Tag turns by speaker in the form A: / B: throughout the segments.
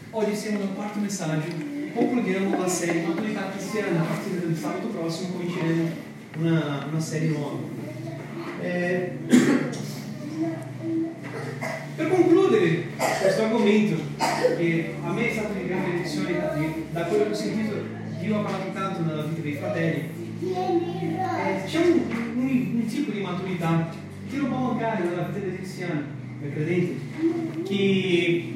A: Oggi siamo nel quarto messaggio, concluderemo la serie Maturità Cristiana. A partire del sabato prossimo cominceremo una serie nuova. Per concludere questo argomento, che a me è stato di grande lezione, da quello che ho sentito, Dio ha parlato tanto nella vita dei fratelli, c'è un tipo di maturità che non può mancare nella vita dei cristiani, dei credenti, che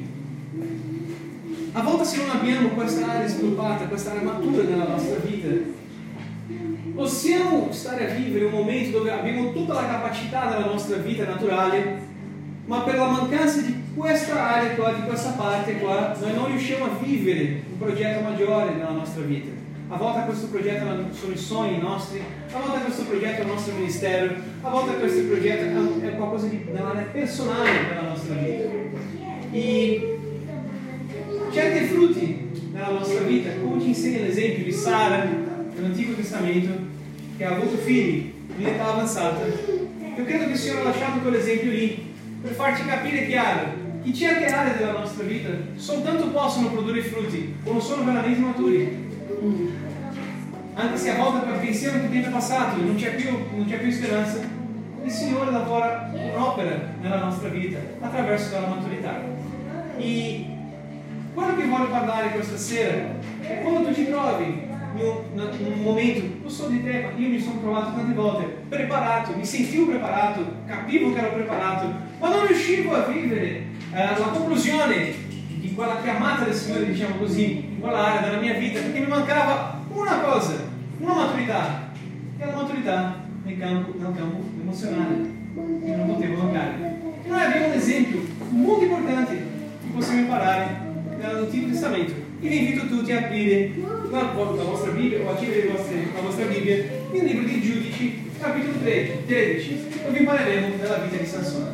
A: a volte, se non abbiamo questa area sviluppata, questa area matura nella nostra vita, possiamo stare a vivere un momento dove abbiamo tutta la capacità della nostra vita naturale, ma per la mancanza di questa area qua, di questa parte qua, noi non riusciamo a vivere un progetto maggiore nella nostra vita. A volte questo progetto sono i sogni nostri, a volte questo progetto è il nostro ministero, a volte questo progetto è qualcosa nell'area personale della nostra vita. E certi frutti nella nostra vita, come ci insegna l'esempio di Sara nell'Antico Testamento, che ha avuto figli in età avanzata. Io credo che il Signore ha lasciato quell'esempio lì per farci capire chiaro che certe aree della nostra vita soltanto possono produrre frutti quando sono veramente maturi. Anche se a volte per pensiero che tempo è passato non c'è più speranza, il Signore lavora un'opera nella nostra vita attraverso la maturità. E quello che voglio parlare questa sera è quando tu ti trovi in un momento, non so di te, ma io mi sono trovato tante volte preparato, mi sentivo preparato, capivo che ero preparato, ma non riuscivo a vivere la conclusione di quella chiamata del Signore, diciamo così, in quell'area della mia vita, perché mi mancava una cosa, una maturità, che è la maturità nel campo emozionale, che non potevo mancare. E noi abbiamo un esempio molto importante che possiamo imparare nell'Antico Testamento. E vi invito tutti a aprire la vostra Bibbia o a aprire la vostra Bibbia nel libro di Giudici, capitolo 13, dove impareremo della vita di Sansone.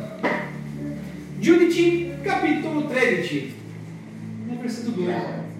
A: Giudici, capitolo 13, nel versetto 2.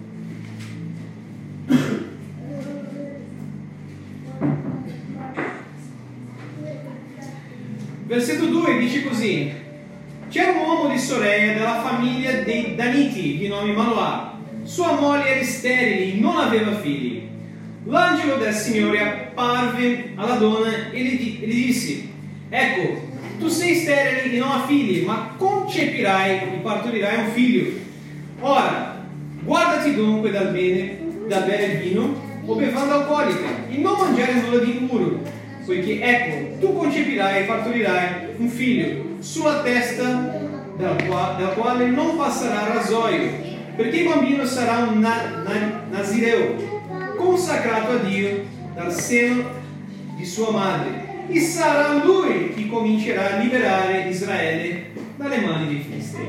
A: Versetto 2 dice così: c'era un uomo di Sorea della famiglia dei Daniti di nome Manoah. Sua moglie era sterile, non aveva figli. L'angelo del Signore apparve alla donna e le disse: ecco, tu sei sterile e non hai figli, ma concepirai e partorirai un figlio. Ora, guardati dunque dal bere vino o bevanda alcolica e non mangiare nulla di impuro, poiché ecco, tu concepirai e partorirai un figlio, sulla testa del quale non passerà rasoio, perché il bambino sarà un nazireo, consacrato a Dio dal seno di sua madre, e sarà lui che comincerà a liberare Israele dalle mani dei filistei.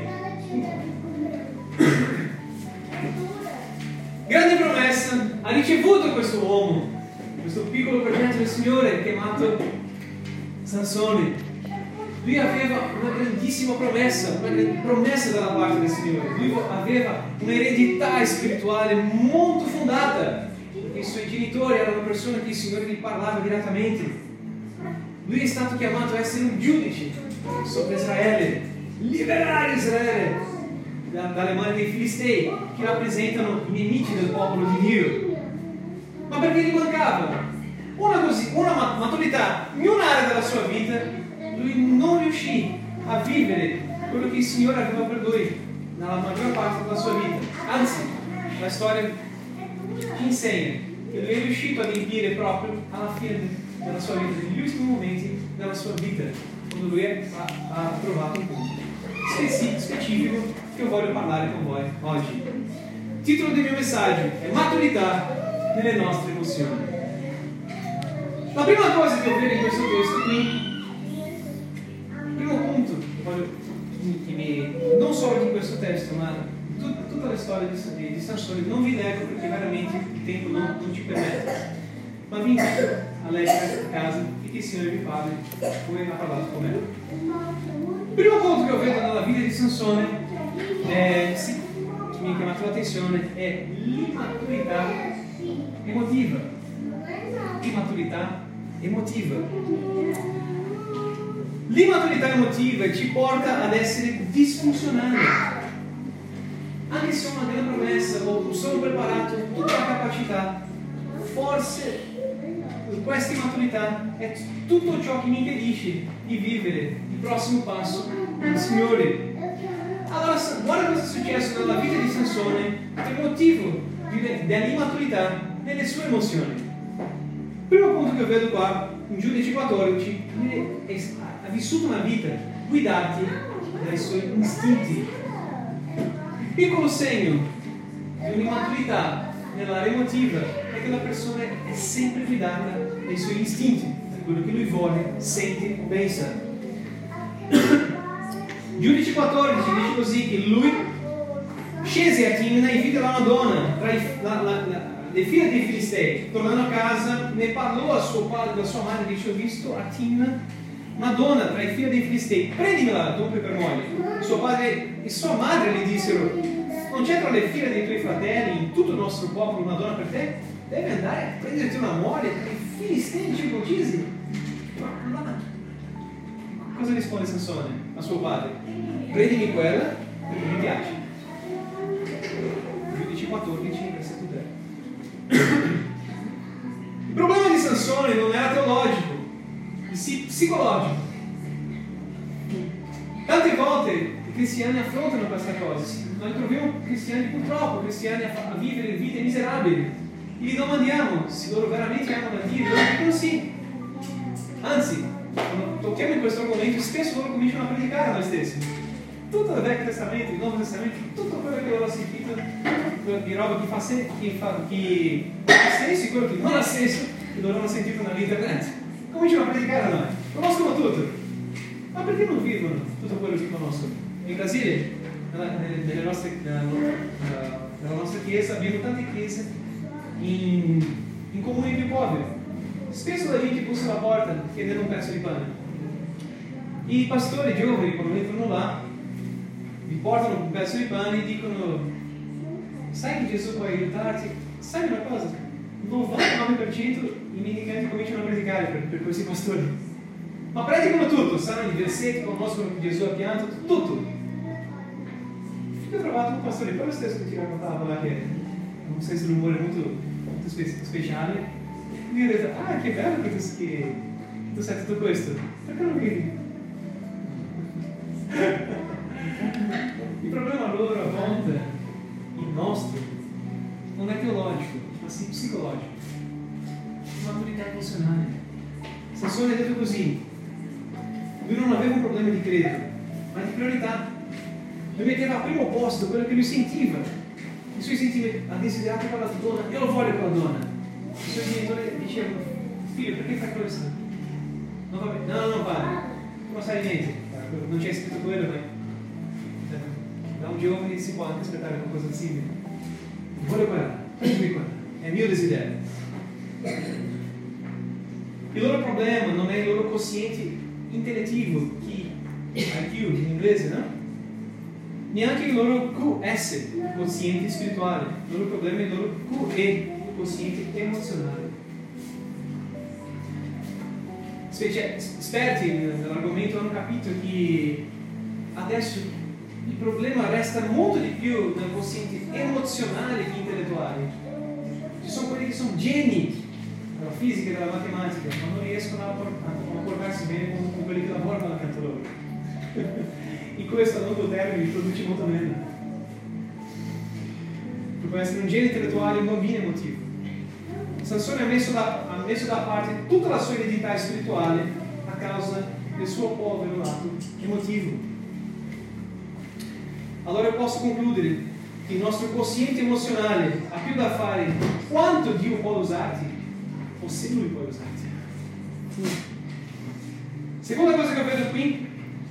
A: Grande promessa ha ricevuto questo uomo, questo piccolo progetto del Signore chiamato Sansone. Lui aveva una grandissima promessa dalla parte del Signore. Lui aveva un'eredità spirituale molto fondata, perché i suoi genitori erano persone che il Signore gli parlava direttamente. Lui è stato chiamato a essere un giudice sopra Israele, liberare Israele dalle mani dei filistei, che rappresentano i nemici del popolo di Dio. Ma perché gli mancava una maturità in un'area della sua vita? Lui non riuscì a vivere quello che il Signore aveva per lui nella maggior parte della sua vita. Anzi, la storia ci insegna che lui è riuscito ad adempiere proprio alla fine della sua vita, negli ultimi momenti della sua vita, quando lui ha trovato un punto specifico che io voglio parlare con voi oggi. Il titolo del mio messaggio è Maturità nelle nostre emozioni. La prima cosa che io vedo in questo testo qui, primo punto, non solo di questo testo, ma tutta la storia di Sansone, non vi leggo perché veramente il tempo non ci permette, ma vi invito a leggere a casa e che il Signore vi parli, come ha parlato con me. Il primo punto che ho vedo nella vita di Sansone, che mi ha chiamato l'attenzione, è l'immaturità emotiva. Immaturità emotiva. L'immaturità emotiva ci porta ad essere disfunzionali. anche se ho una grande promessa o sono preparato, tutta la capacità, forse questa immaturità è tutto ciò che mi impedisce di vivere il prossimo passo del Signore. Allora, guarda cosa è successo nella vita di Sansone per motivo dell'immaturità nelle sue emozioni. Primo punto che io vedo qua, in Giudici 14, ha vissuto una vita guidata dai suoi istinti. Piccolo segno di un'immaturità nell'area emotiva è che la persona è sempre guidata dai suoi istinti, da quello che lui vuole, sente o pensa. Giudici 14 dice così che lui scese a Timna e vide una donna tra le figlie dei Filistei. Tornando a casa ne parlò a suo padre e a sua madre, dice: ho visto a Timna una donna tra i figli dei Filistei, prendimela dunque per moglie. Suo padre e sua madre gli dissero: non c'è tra le figlie dei tuoi fratelli in tutto il nostro popolo una donna per te? Devi andare a prenderti una moglie tra i Filistei circoncisi. Ma cosa risponde Sansone a suo padre? Prendimi quella perché mi piace. Giudici 14, versetto 3. Il problema di Sansone non era teologico, sì psicologico. Tante volte i cristiani affrontano questa cosa. Noi troviamo cristiani, purtroppo, cristiani a vivere vite miserabili. E gli domandiamo se loro veramente amano Dio. Loro dicono sì. Anzi, quando tocchiamo in questo argomento, spesso loro cominciano a predicare a noi stessi. Tutto il Vecchio Testamento, il Nuovo Testamento, tutto quello che loro hanno sentito, di roba che fa senso e quello che non ha senso, che loro hanno sentito nell'internet. Cominciano a predicare a noi. Conoscono tutto. Ma perché non vivono tutto quello che conoscono? In Brasile, nella nostra chiesa, abbiamo tante chiese in comuni più poveri. Spesso la gente bussa alla porta chiedendo un pezzo di pane. I pastori giovani, quando entrano là, vi portano un pezzo di pane e dicono: sai che Gesù può aiutarti? Sai una cosa? 99% i mendicanti cominciano a predicare per questi pastori. Ma predicano tutto, sanno i versetti, conoscono che Gesù ha pianto, tutto. Ho trovato un pastore, quello stesso che ti raccontava là, che non so se l'umore è molto speciale. Mi ha detto: ah, che bello che tu sai tutto questo. Perché non vieni? Il problema loro a volte, il nostro, non è teologico, ma sì psicologico. Maturità emozionale. Sansone ha detto così: lui non aveva un problema di credito, ma di priorità. Lui metteva al primo posto quello che lui sentiva, i suoi sentimenti. Ha desiderato quella donna, io lo voglio quella donna. I suoi genitori dicevano: figlio, perché fai questo? No, padre, tu non sai niente, non c'è scritto quello, ma da un giovane si può anche aspettare qualcosa di simile. Voglio quella, prendimi quella, è il mio desiderio. Il loro problema non è il loro quoziente intellettivo, IQ in inglese, no? Neanche il loro QS, quoziente spirituale. Il loro problema è il loro QE, quoziente emozionale. Esperti nell'argomento hanno capito che adesso il problema resta molto di più nel quoziente emozionale che intellettuale. Ci sono quelli che sono geni della fisica e della matematica, ma non riescono a portarsi bene con quelli che lavorano accanto a loro. E questo a lungo termine produce molto meno. Può essere un genio intellettuale e un bambino emotivo. Sansone ha messo da parte tutta la sua identità spirituale a causa del suo povero lato emotivo. Allora io posso concludere che il nostro quoziente emozionale ha più da fare quanto Dio può usarti o se Lui può usarti. Seconda cosa che ho vedo qui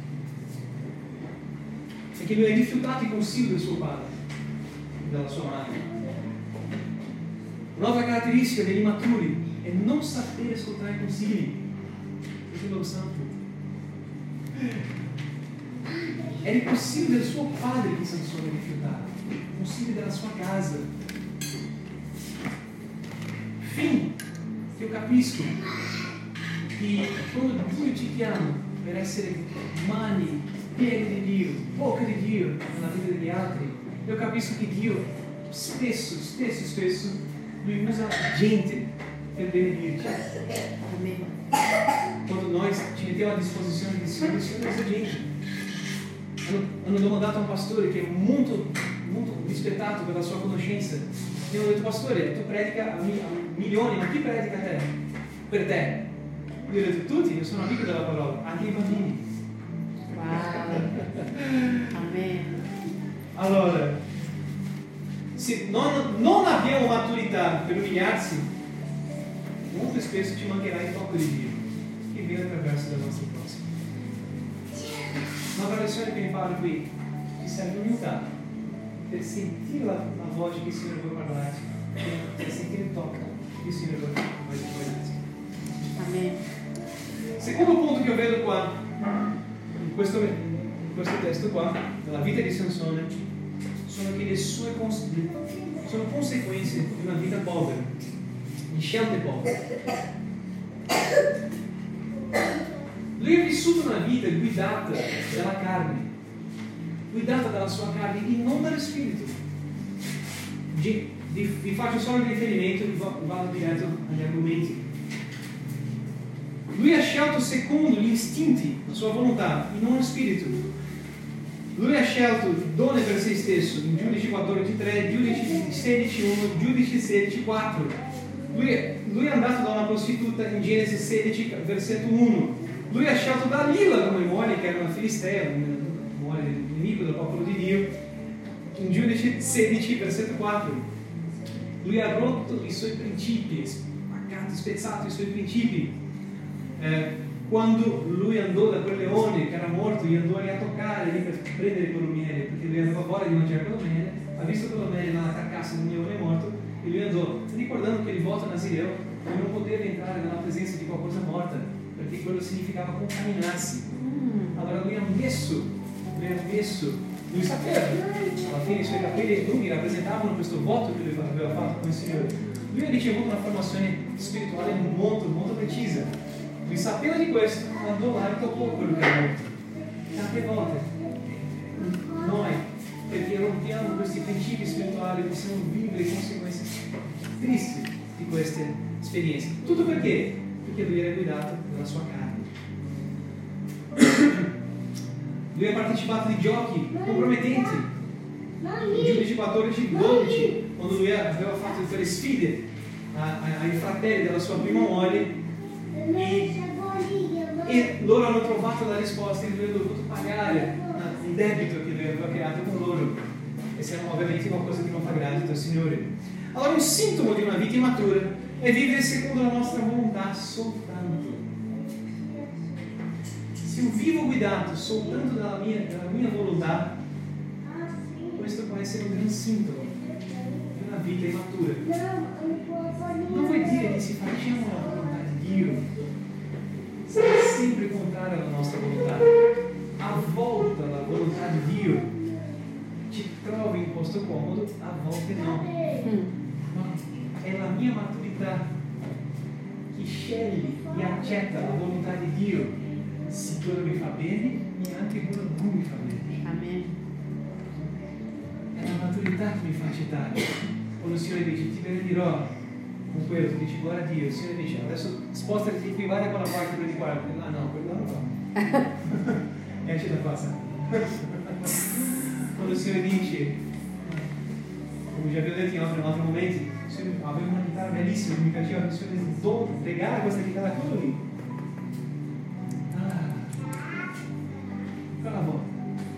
A: è che lui ha rifiutato i consigli del suo padre e della sua madre. Un'altra caratteristica degli immaturi è non sapere ascoltare i consigli del loro santo. Era il consiglio del suo padre che Sansone rifiutava, il consiglio della sua casa. Fin che io capisco che quando Dio ci chiama per essere mani piene di Dio, bocca di Dio nella vita degli altri, io capisco che Dio spesso Lui usa gente per benedirci. Quando noi ci mettiamo a disposizione di Signore, il Signore usa gente. Hanno domandato a un pastore che è molto rispettato per la sua conoscenza. Mi hanno detto: pastore, tu predica a milioni, ma chi predica a te? Per te? Io ho detto: tutti, io sono amico della parola, anche i bambini.
B: Wow. Amen.
A: Allora, se non abbiamo maturità per umiliarsi, molto spesso ci mancherà il tocco di Dio che viene attraverso la nostra prossima. Ma la versione che mi parla qui ci serve umiltà per sentire la voce che il Signore vuole parlarci, per sentire il tocco che il Signore vuole darci.
B: Amen.
A: Secondo punto che io vedo qua, in questo testo qua, nella vita di Sansone, sono che le sue sono conseguenze di una vita povera, di scelte povere. Lui ha vissuto una vita guidata dalla carne, guidata dalla sua carne e non dallo spirito. Vi faccio solo un riferimento e vado diretto agli argomenti. Lui ha scelto secondo gli istinti, la sua volontà, e non lo spirito. Lui ha scelto il dono per se stesso, in Giudici 14:3, Giudici 16:1, Giudici 16:4. Lui è andato da una prostituta in Genesi 16, versetto 1. Lui ha scelto Dalila come moglie, che era una filistea, una moglie nemico del popolo di Dio, in Giudici 16, versetto 4. Lui ha rotto i suoi principi, spezzato i suoi principi. Quando lui andò da quel leone che era morto, gli andò lì a toccare lì per prendere quello miele, perché lui aveva voglia di mangiare quello miele, ha visto quello miele nella carcassa di un leone morto e lui andò, ricordando che il voto nazireo non poteva entrare nella presenza di qualcosa morta, perché quello significava contaminarsi. Allora lui sapeva, alla fine i suoi capelli lunghi rappresentavano questo voto che lui aveva fatto con il Signore. Lui ha ricevuto una formazione spirituale molto precisa. Lui sapeva di questo, andò là e toccò quello che era morto. Tante volte noi, perché rompiamo questi principi spirituali, possiamo vivere le conseguenze tristi di queste esperienze. Tutto perché? Perché lui era guidato dalla sua carne. Lui ha partecipato di giochi compromettenti. In Giudici 14:12, quando lui aveva fatto quelle sfide ai fratelli della sua prima moglie, e loro hanno trovato la risposta che lui ha dovuto pagare il debito che lui aveva creato con loro, e siamo ovviamente qualcosa che non fa gradito al Signore. Allora un sintomo di una vita immatura è vivere secondo la nostra volontà soltanto. Se io vivo guidato soltanto dalla mia volontà, questo può essere un gran sintomo di una vita immatura. Non vuol dire che se facciamo la volontà di Dio sarà sempre contraria alla nostra volontà. A volte la volontà di Dio ci trova in posto comodo, a volte no. Ma è la mia maturità che sceglie e accetta la volontà di Dio, se quello mi fa bene e anche quello non mi fa bene.
B: Amen.
A: È la maturità che mi fa accettare. Quando il Signore dice: ti benedirò con quello, tu dici: guarda Dio, il Signore dice: adesso spostati di qui, vai da quella parte per di qua. No, quello non fa. E esce da passa. Quando il Signore dice, come già vi ho detto in altri momenti, avevo una chitarra bellissima che mi piaceva, il Signore dice: devo legare questa chitarra a quello lì. Quella volta,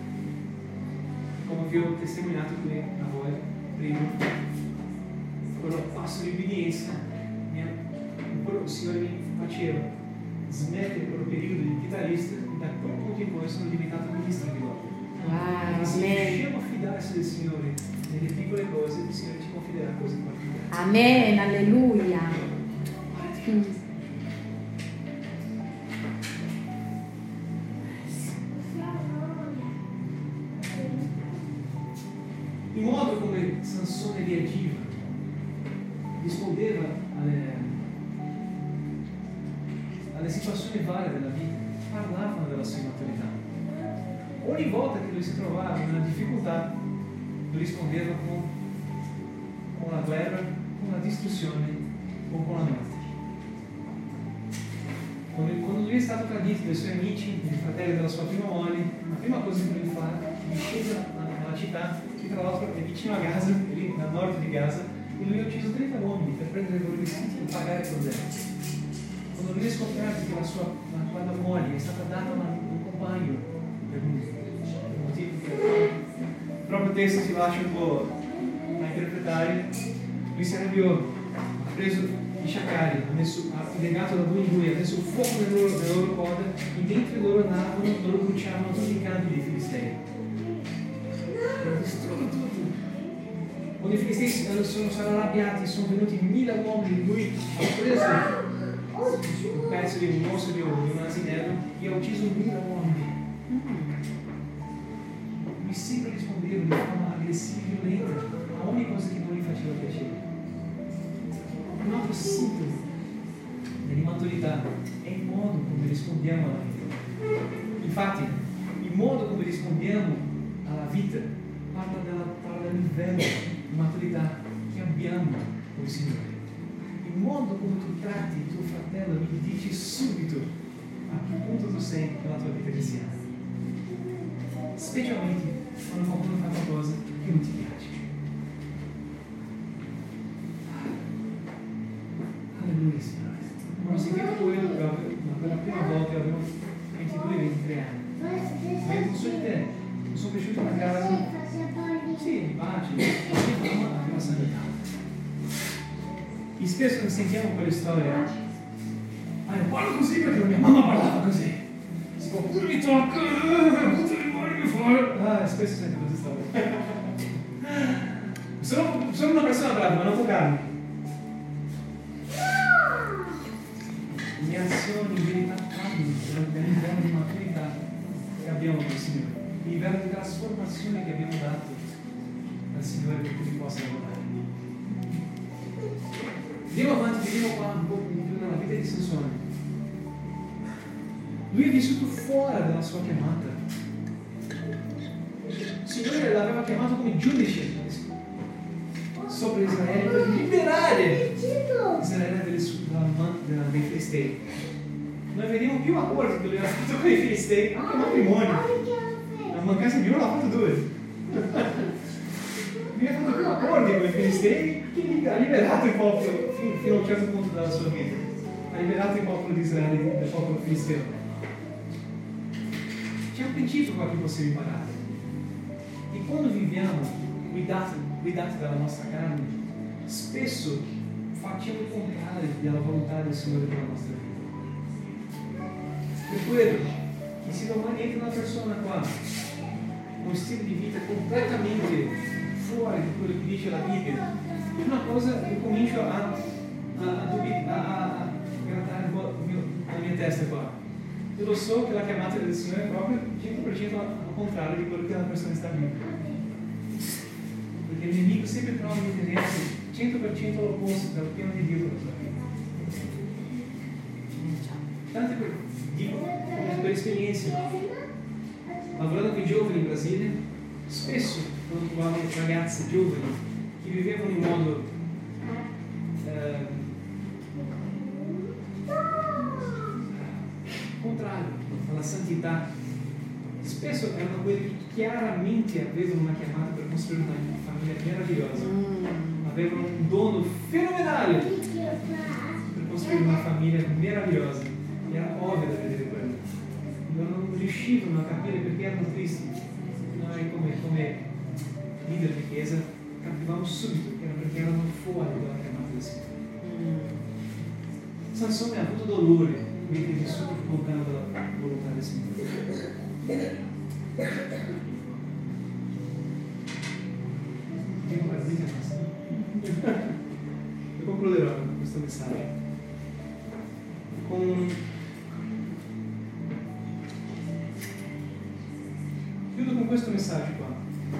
A: come vi ho testimoniato qui a voi prima, quello passo di obbedienza, quello che il Signore mi faceva smettere quello periodo di chitarrista, e da quel punto in poi sono diventato ministro di Dio.
B: Wow,
A: Se
B: amen.
A: riusciamo a fidarsi del Signore nelle piccole cose, il Signore ci confiderà cose particolari.
B: Amen, alleluia.
A: Il modo come Sansone reagiva, rispondeva alle situazioni varie della vita, parlavano della sua maturità. Ogni volta che lui si trovava in una difficoltà, rispondeva con la guerra, con la distruzione o con la morte. Quando lui è stato tradito dai suoi amici, dai fratelli della sua prima moglie, la prima cosa che lui fa è scendere nella città, che tra l'altro è vicino a Gaza, è lì nel nord di Gaza, e lui ha ucciso 30 uomini per prendere i loro vestiti e pagare il problema. Quando lui è scoperto che la sua moglie è stata data a un compagno per un motivo che il proprio testo si lascia un po' a interpretare, lui si arrabbiò, ha preso i sciacalli, ha legato da due in due, ha messo il fuoco nelle loro corde e mentre loro andavano, loro bruciavano tutti i campi dei Filistei. Hanno distrutto tutto. Quando i Filistei sono arrabbiati, sono venuti 1000 uomini, lui ha preso un pezzo di un osso di un asinello e ha ucciso 1000 uomini. Lui sempre rispondeva di forma aggressiva e violenta a ogni cosa che non gli faceva piacere. Un altro sintomo dell'immaturità è il modo come rispondiamo alla vita. Infatti, il modo come rispondiamo alla vita parla del livello di maturità che abbiamo con il Signore. Il modo come tu tratti il tuo fratello gli dici subito a che punto tu sei nella tua vita cristiana. Specialmente quando qualcuno fa qualcosa che non ti piace. Alleluia, Signore. Quando ho sentito quello per la prima volta avevo 22-23 anni. Ma io non so di te, sono cresciuto in una casa, sì, mi baci, ma mia mamma aveva sanità. E spesso ne sentiamo quelle storie. Io parlo così perché la mia mamma parlava così. Si può pure mi tocca, buttami fuori. Spesso sento queste storie. Sono una persona brava, ma non toccarmi. Le mie azioni in verità cambiano per il livello di maturità che abbiamo con il Signore, il livello di trasformazione che abbiamo dato al Signore perché Lui possa lavorare. Andiamo avanti, vediamo qua un po' più nella vita di Sansone. Lui è vissuto fuori dalla sua chiamata. Il Signore l'aveva chiamato come giudice sopra Israele per liberare Israele dei Filistei. Noi vediamo più accordi che lui ha fatto con i Filistei, anche matrimonio. La mancanza di uno l'ha fatto due. Lui ha fatto più accordi con i Filistei che ha liberato il popolo fino a un certo punto della sua vita. Ha liberato il popolo di Israele dal popolo filisteo. C'è un principio qua che possiamo imparare. Che quando viviamo guidati dalla nostra carne, spesso facciamo il contrario della volontà del Signore per la nostra vita. Per quello che se domani entra una persona qua con un stile di vita completamente fuori di quello che dice la Bibbia, una cosa io comincio a grattare la mia testa qua. Io lo so che la chiamata del Signore è proprio 100% al contrario di quello che la persona sta vivendo. Perché il nemico sempre trova l'interesse 100% l'opposto dal piano di Dio per la sua vita. Tante dico per esperienze, lavorando con i giovani in Brasile, spesso quando trovavo ragazze giovani che vivevano in modo contrario alla santità, spesso erano quelli che chiaramente avevano una chiamata per costruire una famiglia meravigliosa, avevano un dono fenomenale per costruire una famiglia meravigliosa, era ovvio da vedere quello. Non riuscivano a capire perché erano tristi. Noi come leader di chiesa capivamo subito che era perché erano fuori dalla chiamata del Signore. Sansone ha avuto dolore mentre è vissuto lontano dalla volontà del Signore. Io concluderò con questo messaggio. Chiudo con questo messaggio qua.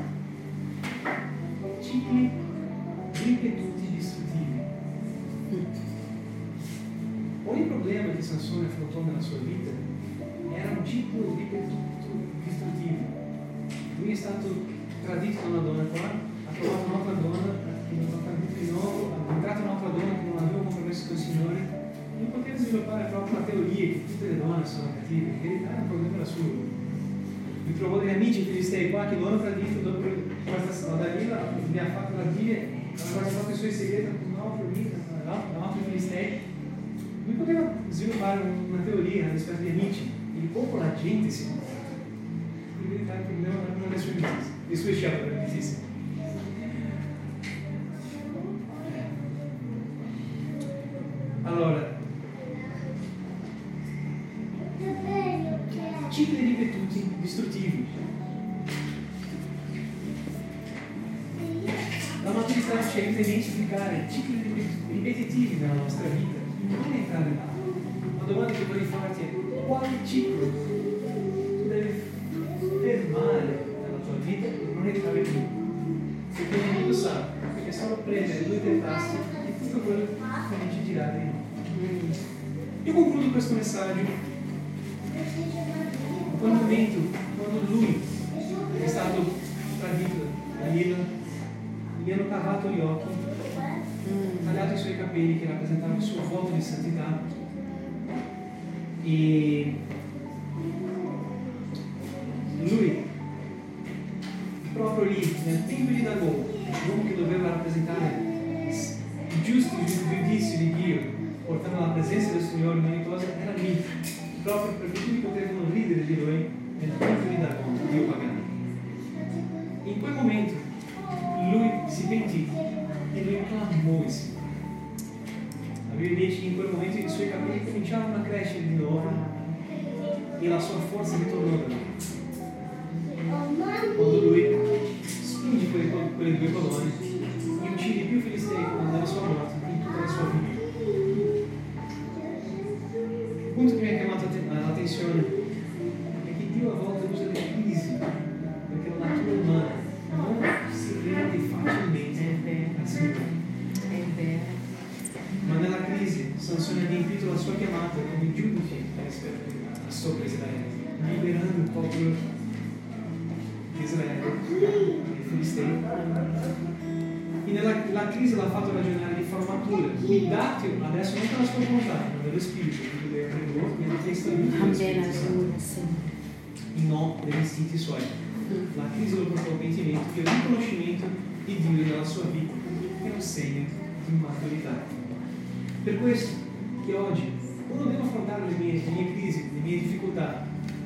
A: Cicli ripetuti distruttivi. Ogni problema che Sansone affrontò nella sua vita era un ciclo ripetuto distruttivo. Lui è stato tradito da una donna qua, ha trovato un'altra donna, ha tradito di nuovo, ha incontrato un'altra donna che non aveva compromesso con il Signore. Non poteva sviluppare proprio la teoria che tutte le donne sono cattive, in verità è un problema era suo. Mi trovò degli amici filistei qua che lo hanno tradito dopo questa Dalila, mi ha fatto la Dio, ha quasi fatto i suoi segreti con un altro filistei. Lui poteva sviluppare una teoria rispetto agli amici, il popolo, la gente si muove. In verità il problema non è le sue scelte amicizie. Allora, cicli ripetuti, distruttivi. La maturità ci aiuta a identificare cicli ripetitivi nella nostra vita, non entrare là. La domanda che vorrei farti è: quale ciclo tu devi fermare nella tua vita e non entrare più? Perché il nemico sa, perché solo prendere due o tre tasti e tutto quello che comincia a girare di nuovo. Io concludo questo messaggio. Quel momento, quando lui è stato tradito da Lila, gli hanno cavato gli occhi, tagliato i suoi capelli che rappresentavano il suo voto di santità, e lui, proprio lì, nel tempio di Dagon, l'uomo che doveva rappresentare il giusto giudizio di Dio, portando alla presenza del Signore in ogni cosa, era lì, proprio perché tutti potevano ridere di lui nel tempio di Dagon, Dio pagano. In quel momento lui si pentì e lui clamò il Signore. La Bibbia dice che in quel momento i suoi capelli cominciarono a crescere di nuovo e la sua forza ritornò da lui. Quando lui spinge quelle due colonne e uccide più filistei nella sua morte in tutta la sua vita. Il punto che mi ha chiamato l'attenzione è che Dio a volte usa le crisi perché la natura umana non si rende facilmente al Signore. Ma nella crisi Sansone ha adempiuto la sua chiamata come giudice sopra Israele, liberando il popolo di Israele, i filistei. E nella crisi l'ha fatto ragionare di formatura, guidato adesso non per la sua volontà, ma dello Spirito, che deve avere e ha chiesto aiuto dello Spirito Santo, e non degli istinti suoi. La crisi lo portò al pentimento e al riconoscimento di Dio nella sua vita, che è un segno di maturità. Per questo che oggi, quando devo affrontare le mie crisi, le mie difficoltà,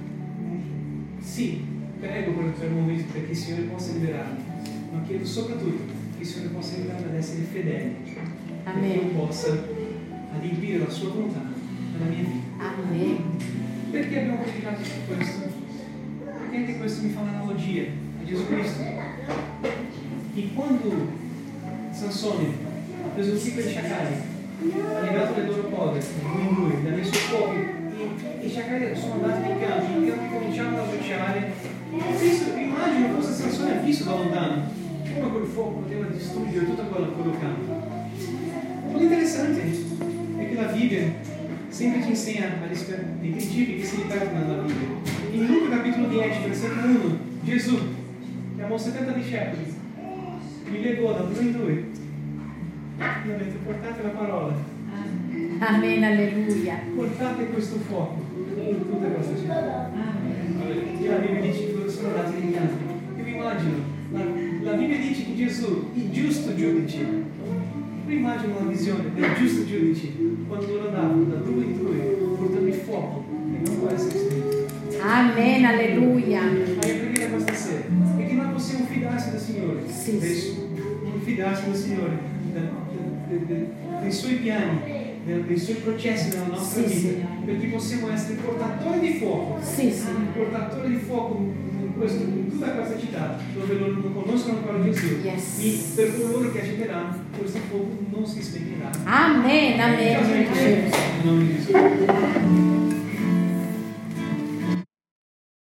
A: sì, prego per un momento perché il Signore possa liberarmi, ma chiedo soprattutto che il Signore possa aiutarmi ad essere fedele, perché io possa adempiere la sua volontà nella mia vita.
B: Amen.
A: Perché abbiamo predicato su questo? Perché anche questo mi fa un'analogia a Gesù Cristo. E quando Sansone ha preso il tipo di sciacalli, ha legato le loro cose, lui, li ha messo fuoco, e i sciacalli sono andati in campi cominciavano a bruciare. Immagino fosse Sansone ha visto da lontano come quel fuoco poteva distruggere tutto quello campo. L'interessante è che la Bibbia sempre ci insegna dei principi che si ripetono nella Bibbia. In Luca capitolo 10, versetto 1, Gesù chiamò 70 discepoli, li legò da 2 in 2 e ha detto: portate la parola.
B: Amen, alleluia.
A: Portate questo fuoco in tutta questa città. E la Bibbia dice che loro sono andati nei campi. Io mi immagino, la Bibbia dice che Gesù, il giusto giudice, io immagino una visione del giusto giudice quando loro andavano da 2 in 2 portando il fuoco e non può essere spento.
B: Amen, alleluia.
A: Ma io preghiera questa sera è che noi possiamo fidarsi del Signore.
B: Sì.
A: Non fidarsi del Signore, dei suoi piani, dei suoi processi nella nostra vita, perché possiamo essere portatori di fuoco, portatori di fuoco in tutta questa città dove loro non conoscono ancora Gesù, e per coloro che accetteranno questo fuoco non si spegnerà.
B: Amen, amen.
A: In nome di Gesù.